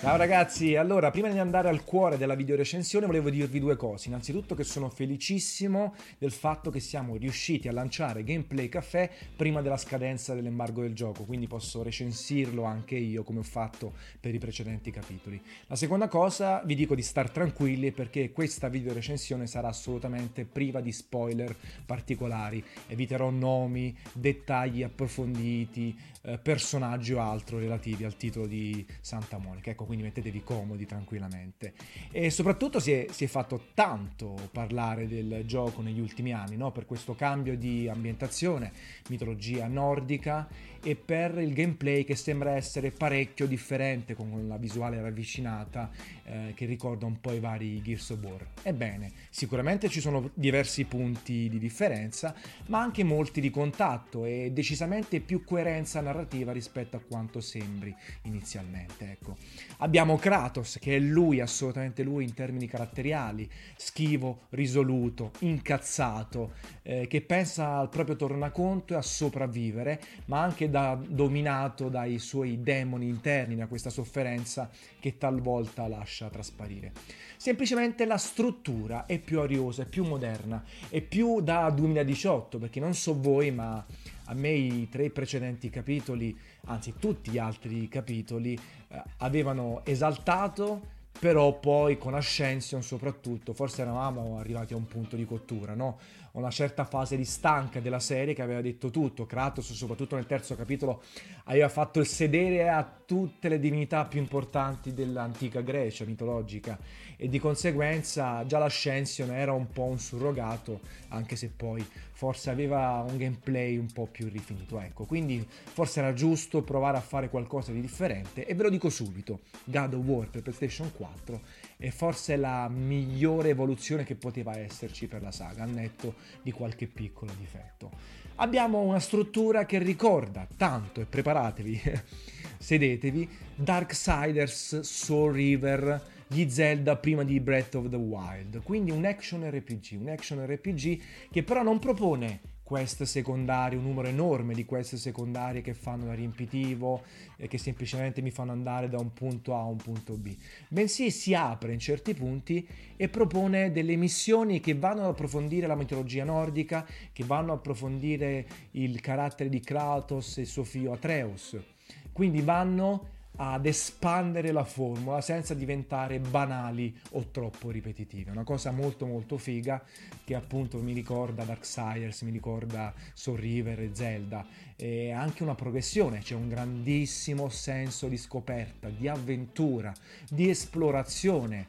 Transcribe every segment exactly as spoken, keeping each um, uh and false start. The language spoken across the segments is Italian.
Ciao ragazzi, allora prima di andare al cuore della videorecensione volevo dirvi due cose. Innanzitutto che sono felicissimo del fatto che siamo riusciti a lanciare Gameplay Café prima della scadenza dell'embargo del gioco, quindi posso recensirlo anche io come ho fatto per i precedenti capitoli. La seconda cosa, vi dico di star tranquilli perché questa videorecensione sarà assolutamente priva di spoiler particolari. Eviterò nomi, dettagli approfonditi, eh, personaggi o altro relativi al titolo di Santa Monica. Ecco, quindi mettetevi comodi tranquillamente. E soprattutto si è, si è fatto tanto parlare del gioco negli ultimi anni, no? Per questo cambio di ambientazione, mitologia nordica, e per il gameplay che sembra essere parecchio differente, con la visuale ravvicinata eh, che ricorda un po' i vari Gears of War. Ebbene, sicuramente ci sono diversi punti di differenza, ma anche molti di contatto e decisamente più coerenza narrativa rispetto a quanto sembri inizialmente. Ecco. Abbiamo Kratos, che è lui, assolutamente lui in termini caratteriali, schivo, risoluto, incazzato, eh, che pensa al proprio tornaconto e a sopravvivere, ma anche da, dominato dai suoi demoni interni, da questa sofferenza che talvolta lascia trasparire. Semplicemente la struttura è più ariosa, è più moderna, è più da duemiladiciotto, perché non so voi, ma a me i tre precedenti capitoli, anzi tutti gli altri capitoli, eh, avevano esaltato, però poi con Ascension soprattutto, forse eravamo arrivati a un punto di cottura, no? Una certa fase di stanca della serie che aveva detto tutto. Kratos, soprattutto nel terzo capitolo, aveva fatto il sedere a tutte le divinità più importanti dell'antica Grecia mitologica e di conseguenza già l'Ascension era un po' un surrogato, anche se poi forse aveva un gameplay un po' più rifinito, ecco. Quindi forse era giusto provare a fare qualcosa di differente e ve lo dico subito, God of War per PlayStation quattro è forse la migliore evoluzione che poteva esserci per la saga, al netto di qualche piccolo difetto. Abbiamo una struttura che ricorda tanto, e preparatevi, sedetevi, Darksiders, Soul River, gli Zelda prima di Breath of the Wild, quindi un action R P G, un action R P G che però non propone quest secondarie, un numero enorme di quest secondarie che fanno da riempitivo e che semplicemente mi fanno andare da un punto A a un punto B, bensì si apre in certi punti e propone delle missioni che vanno ad approfondire la mitologia nordica, che vanno ad approfondire il carattere di Kratos e suo figlio Atreus, quindi vanno ad espandere la formula senza diventare banali o troppo ripetitive. Una cosa molto molto figa che appunto mi ricorda Darksiders, mi ricorda Soul River e Zelda. E anche una progressione, c'è un grandissimo senso di scoperta, di avventura, di esplorazione,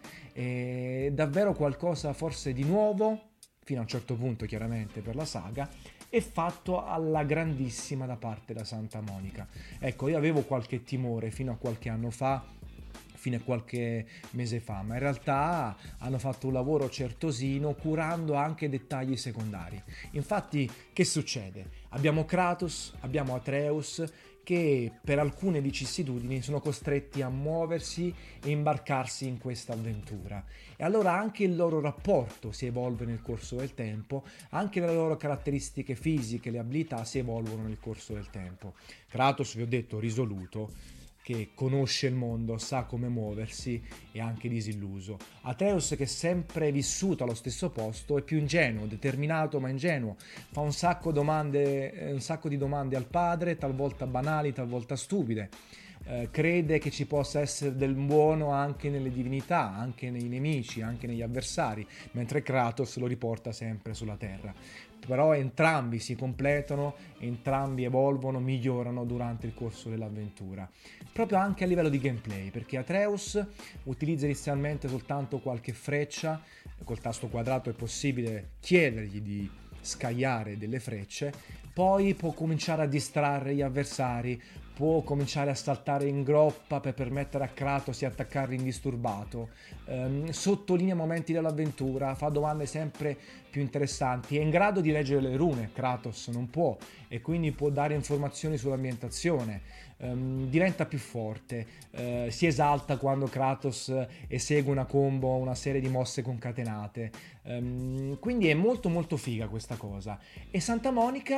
è davvero qualcosa forse di nuovo fino a un certo punto chiaramente per la saga, e fatto alla grandissima da parte da Santa Monica. Ecco, io avevo qualche timore fino a qualche anno fa, fino a qualche mese fa, ma in realtà hanno fatto un lavoro certosino curando anche dettagli secondari. Infatti, che succede? Abbiamo Kratos, abbiamo Atreus che per alcune vicissitudini sono costretti a muoversi e imbarcarsi in questa avventura. E allora anche il loro rapporto si evolve nel corso del tempo, anche le loro caratteristiche fisiche, le abilità si evolvono nel corso del tempo. Kratos, vi ho detto, risoluto, che conosce il mondo, sa come muoversi e anche disilluso. Atreus, che è sempre vissuto allo stesso posto, è più ingenuo, determinato ma ingenuo, fa un sacco, domande, un sacco di domande al padre, talvolta banali, talvolta stupide. Eh, crede che ci possa essere del buono anche nelle divinità, anche nei nemici, anche negli avversari, mentre Kratos lo riporta sempre sulla terra. Però entrambi si completano, entrambi evolvono, migliorano durante il corso dell'avventura. Proprio anche a livello di gameplay, perché Atreus utilizza inizialmente soltanto qualche freccia, col tasto quadrato è possibile chiedergli di scagliare delle frecce, poi può cominciare a distrarre gli avversari, può cominciare a saltare in groppa per permettere a Kratos di attaccare indisturbato, ehm, sottolinea momenti dell'avventura, fa domande sempre più interessanti, è in grado di leggere le rune, Kratos non può, e quindi può dare informazioni sull'ambientazione, ehm, diventa più forte, eh, si esalta quando Kratos esegue una combo, una serie di mosse concatenate, ehm, quindi è molto molto figa questa cosa. E Santa Monica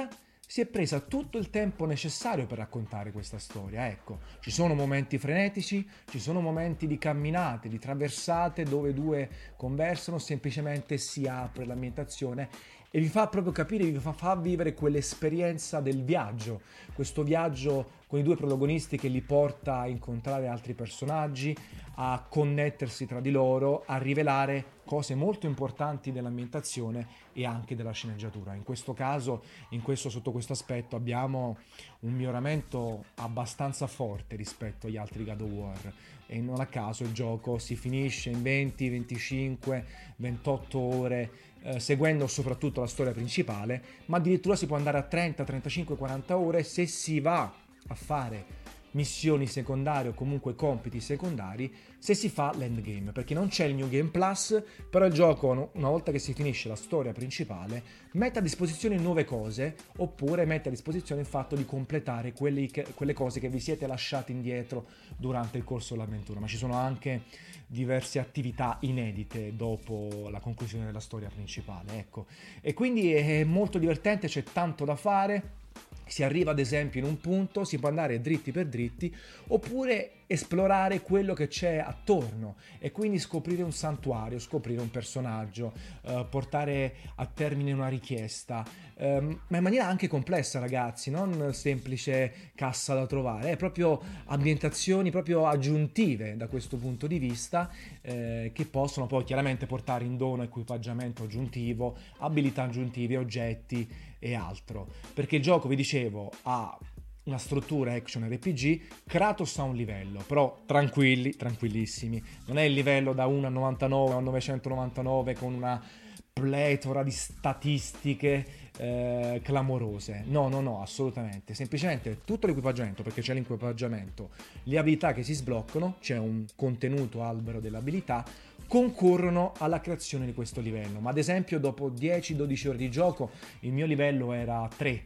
si è presa tutto il tempo necessario per raccontare questa storia. Ecco, ci sono momenti frenetici, ci sono momenti di camminate, di traversate dove due conversano, semplicemente si apre l'ambientazione e vi fa proprio capire, vi fa, fa vivere quell'esperienza del viaggio, questo viaggio con i due protagonisti che li porta a incontrare altri personaggi, a connettersi tra di loro, a rivelare cose molto importanti dell'ambientazione e anche della sceneggiatura. In questo caso, in questo, sotto questo aspetto, abbiamo un miglioramento abbastanza forte rispetto agli altri God of War, e non a caso il gioco si finisce in venti, venticinque, ventotto ore, eh, seguendo soprattutto la storia principale, ma addirittura si può andare a trenta, trentacinque, quaranta ore se si va a fare missioni secondarie o comunque compiti secondari, se si fa l'endgame, perché non c'è il New Game Plus, però il gioco, una volta che si finisce la storia principale, mette a disposizione nuove cose, oppure mette a disposizione il fatto di completare quelli che, quelle cose che vi siete lasciati indietro durante il corso dell'avventura. Ma ci sono anche diverse attività inedite dopo la conclusione della storia principale, ecco. E quindi è molto divertente, c'è tanto da fare. Si arriva ad esempio in un punto, si può andare dritti per dritti, oppure esplorare quello che c'è attorno e quindi scoprire un santuario, scoprire un personaggio, eh, portare a termine una richiesta, ehm, ma in maniera anche complessa, ragazzi, non semplice cassa da trovare, è proprio ambientazioni proprio aggiuntive da questo punto di vista, eh, che possono poi chiaramente portare in dono equipaggiamento aggiuntivo, abilità aggiuntive, oggetti e altro, perché il gioco, vi dicevo, ha una struttura action R P G. Kratos ha un livello, però tranquilli, tranquillissimi, non è il livello da uno a novantanove o a novecentonovantanove con una pletora di statistiche eh, clamorose, no no no, assolutamente, semplicemente tutto l'equipaggiamento, perché c'è l'equipaggiamento, le abilità che si sbloccano, c'è un contenuto albero delle abilità, concorrono alla creazione di questo livello. Ma ad esempio dopo dieci dodici ore di gioco il mio livello era tre,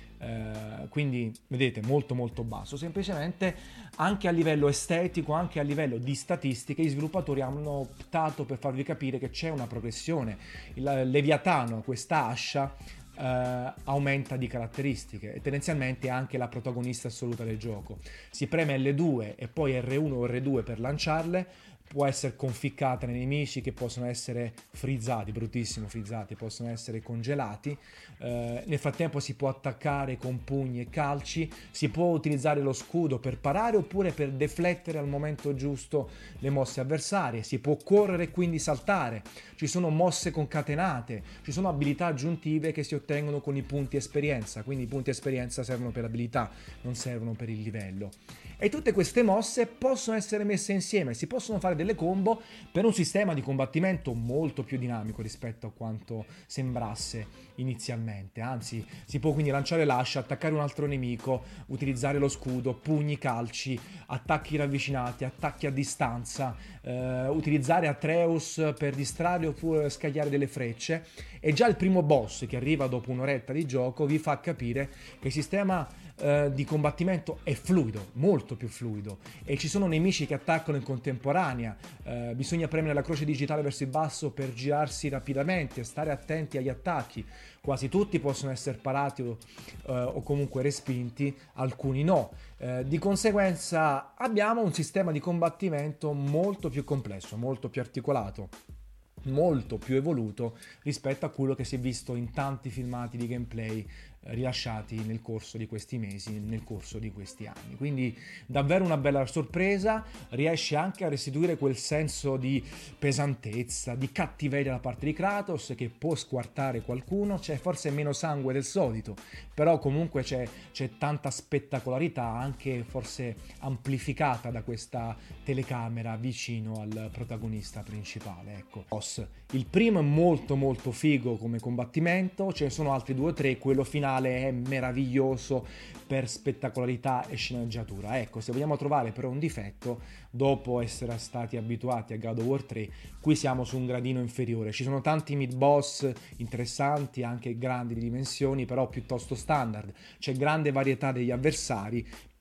eh, quindi vedete molto molto basso. Semplicemente anche a livello estetico, anche a livello di statistiche, gli sviluppatori hanno optato per farvi capire che c'è una progressione. Il Leviatano, questa ascia, Uh, aumenta di caratteristiche e tendenzialmente anche la protagonista assoluta del gioco. Si preme L due e poi R uno o R due per lanciarle, può essere conficcata nei nemici che possono essere frizzati, bruttissimo frizzati, possono essere congelati. Uh, nel frattempo si può attaccare con pugni e calci, si può utilizzare lo scudo per parare oppure per deflettere al momento giusto le mosse avversarie, si può correre e quindi saltare, ci sono mosse concatenate, ci sono abilità aggiuntive che si ottengono con i punti esperienza, quindi i punti esperienza servono per abilità, non servono per il livello. E tutte queste mosse possono essere messe insieme, si possono fare delle combo per un sistema di combattimento molto più dinamico rispetto a quanto sembrasse inizialmente. Anzi, si può quindi lanciare l'ascia, attaccare un altro nemico, utilizzare lo scudo, pugni, calci, attacchi ravvicinati, attacchi a distanza, eh, utilizzare Atreus per distrarre oppure scagliare delle frecce. E già il primo boss, che arriva dopo un'oretta di gioco, vi fa capire che il sistema eh, di combattimento è fluido, molto più fluido, e ci sono nemici che attaccano in contemporanea, eh, bisogna premere la croce digitale verso il basso per girarsi rapidamente, stare attenti agli attacchi. Quasi tutti possono essere parati o, eh, o comunque respinti, alcuni no. Eh, di conseguenza abbiamo un sistema di combattimento molto più complesso, molto più articolato, molto più evoluto rispetto a quello che si è visto in tanti filmati di gameplay rilasciati nel corso di questi mesi, nel corso di questi anni. Quindi davvero una bella sorpresa, riesce anche a restituire quel senso di pesantezza, di cattiveria da parte di Kratos, che può squartare qualcuno. C'è forse meno sangue del solito, però comunque c'è, c'è tanta spettacolarità, anche forse amplificata da questa telecamera vicino al protagonista principale. Ecco, il primo è molto molto figo come combattimento, ce ne sono altri due o tre, quello finale è meraviglioso per spettacolarità e sceneggiatura. Ecco, se vogliamo trovare però un difetto, dopo essere stati abituati a God of War tre, qui siamo su un gradino inferiore. Ci sono tanti mid boss interessanti, anche grandi di dimensioni, però piuttosto standard. C'è grande varietà degli avversari,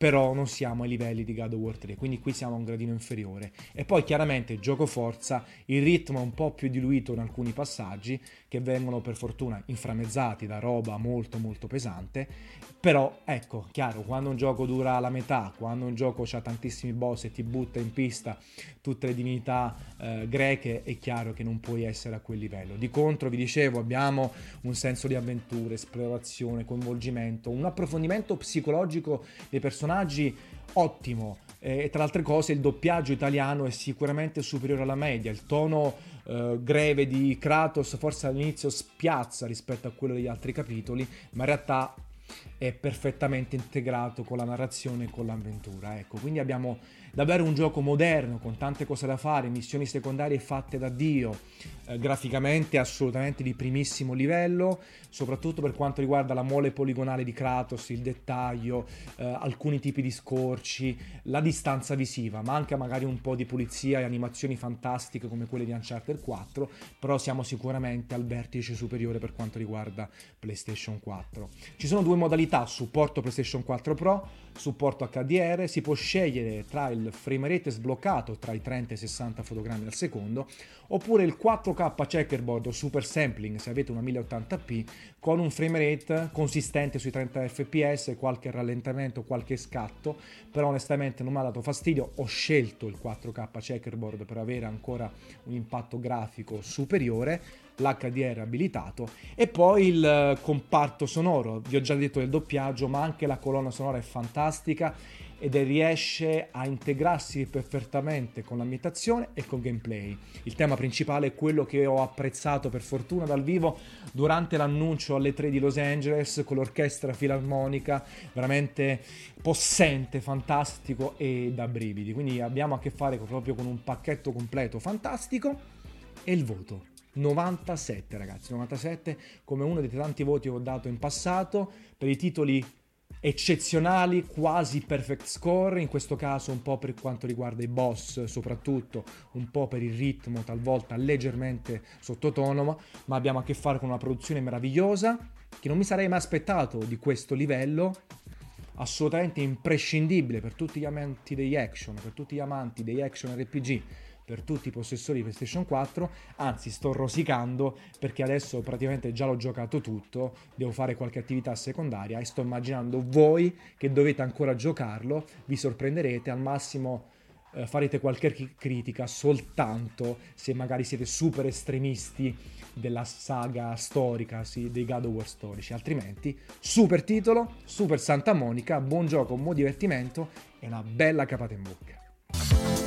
però non siamo ai livelli di God of War tre, quindi qui siamo a un gradino inferiore. E poi chiaramente gioco forza, il ritmo è un po' più diluito in alcuni passaggi che vengono per fortuna inframmezzati da roba molto molto pesante, però ecco, chiaro, quando un gioco dura la metà, quando un gioco ha tantissimi boss e ti butta in pista tutte le divinità eh, greche, è chiaro che non puoi essere a quel livello. Di contro, vi dicevo, abbiamo un senso di avventura, esplorazione, coinvolgimento, un approfondimento psicologico dei personaggi ottimo, e tra le altre cose il doppiaggio italiano è sicuramente superiore alla media, il tono eh, greve di Kratos forse all'inizio spiazza rispetto a quello degli altri capitoli, ma in realtà è perfettamente integrato con la narrazione e con l'avventura, ecco. Quindi abbiamo davvero un gioco moderno con tante cose da fare, missioni secondarie fatte da Dio, eh, graficamente assolutamente di primissimo livello, soprattutto per quanto riguarda la mole poligonale di Kratos, il dettaglio, eh, alcuni tipi di scorci, la distanza visiva, manca magari un po' di pulizia e animazioni fantastiche come quelle di Uncharted quattro, però siamo sicuramente al vertice superiore per quanto riguarda PlayStation quattro. Ci sono due modalità: supporto PlayStation quattro Pro, supporto acca di erre, si può scegliere tra il frame rate sbloccato tra i trenta e i sessanta fotogrammi al secondo, oppure il quattro K checkerboard o super sampling se avete una mille ottanta p con un frame rate consistente sui trenta fps, qualche rallentamento, qualche scatto, però onestamente non mi ha dato fastidio, ho scelto il quattro K checkerboard per avere ancora un impatto grafico superiore, l'H D R abilitato, e poi il comparto sonoro, vi ho già detto del doppiaggio, ma anche la colonna sonora è fantastica ed riesce a integrarsi perfettamente con l'ambientazione e col gameplay. Il tema principale è quello che ho apprezzato per fortuna dal vivo durante l'annuncio alle tre di Los Angeles con l'orchestra filarmonica, veramente possente, fantastico e da brividi. Quindi abbiamo a che fare proprio con un pacchetto completo fantastico. E il voto novantasette, ragazzi, novantasette, come uno dei tanti voti che ho dato in passato per i titoli eccezionali, quasi perfect score, in questo caso un po' per quanto riguarda i boss, soprattutto un po' per il ritmo talvolta leggermente sottotono, ma abbiamo a che fare con una produzione meravigliosa che non mi sarei mai aspettato di questo livello, assolutamente imprescindibile per tutti gli amanti degli action, per tutti gli amanti degli action R P G, per tutti i possessori di PlayStation quattro, anzi sto rosicando perché adesso praticamente già l'ho giocato tutto, devo fare qualche attività secondaria e sto immaginando voi che dovete ancora giocarlo, vi sorprenderete, al massimo eh, farete qualche critica soltanto se magari siete super estremisti della saga storica, sì, dei God of War storici, altrimenti super titolo, super Santa Monica, buon gioco, buon divertimento e una bella capata in bocca.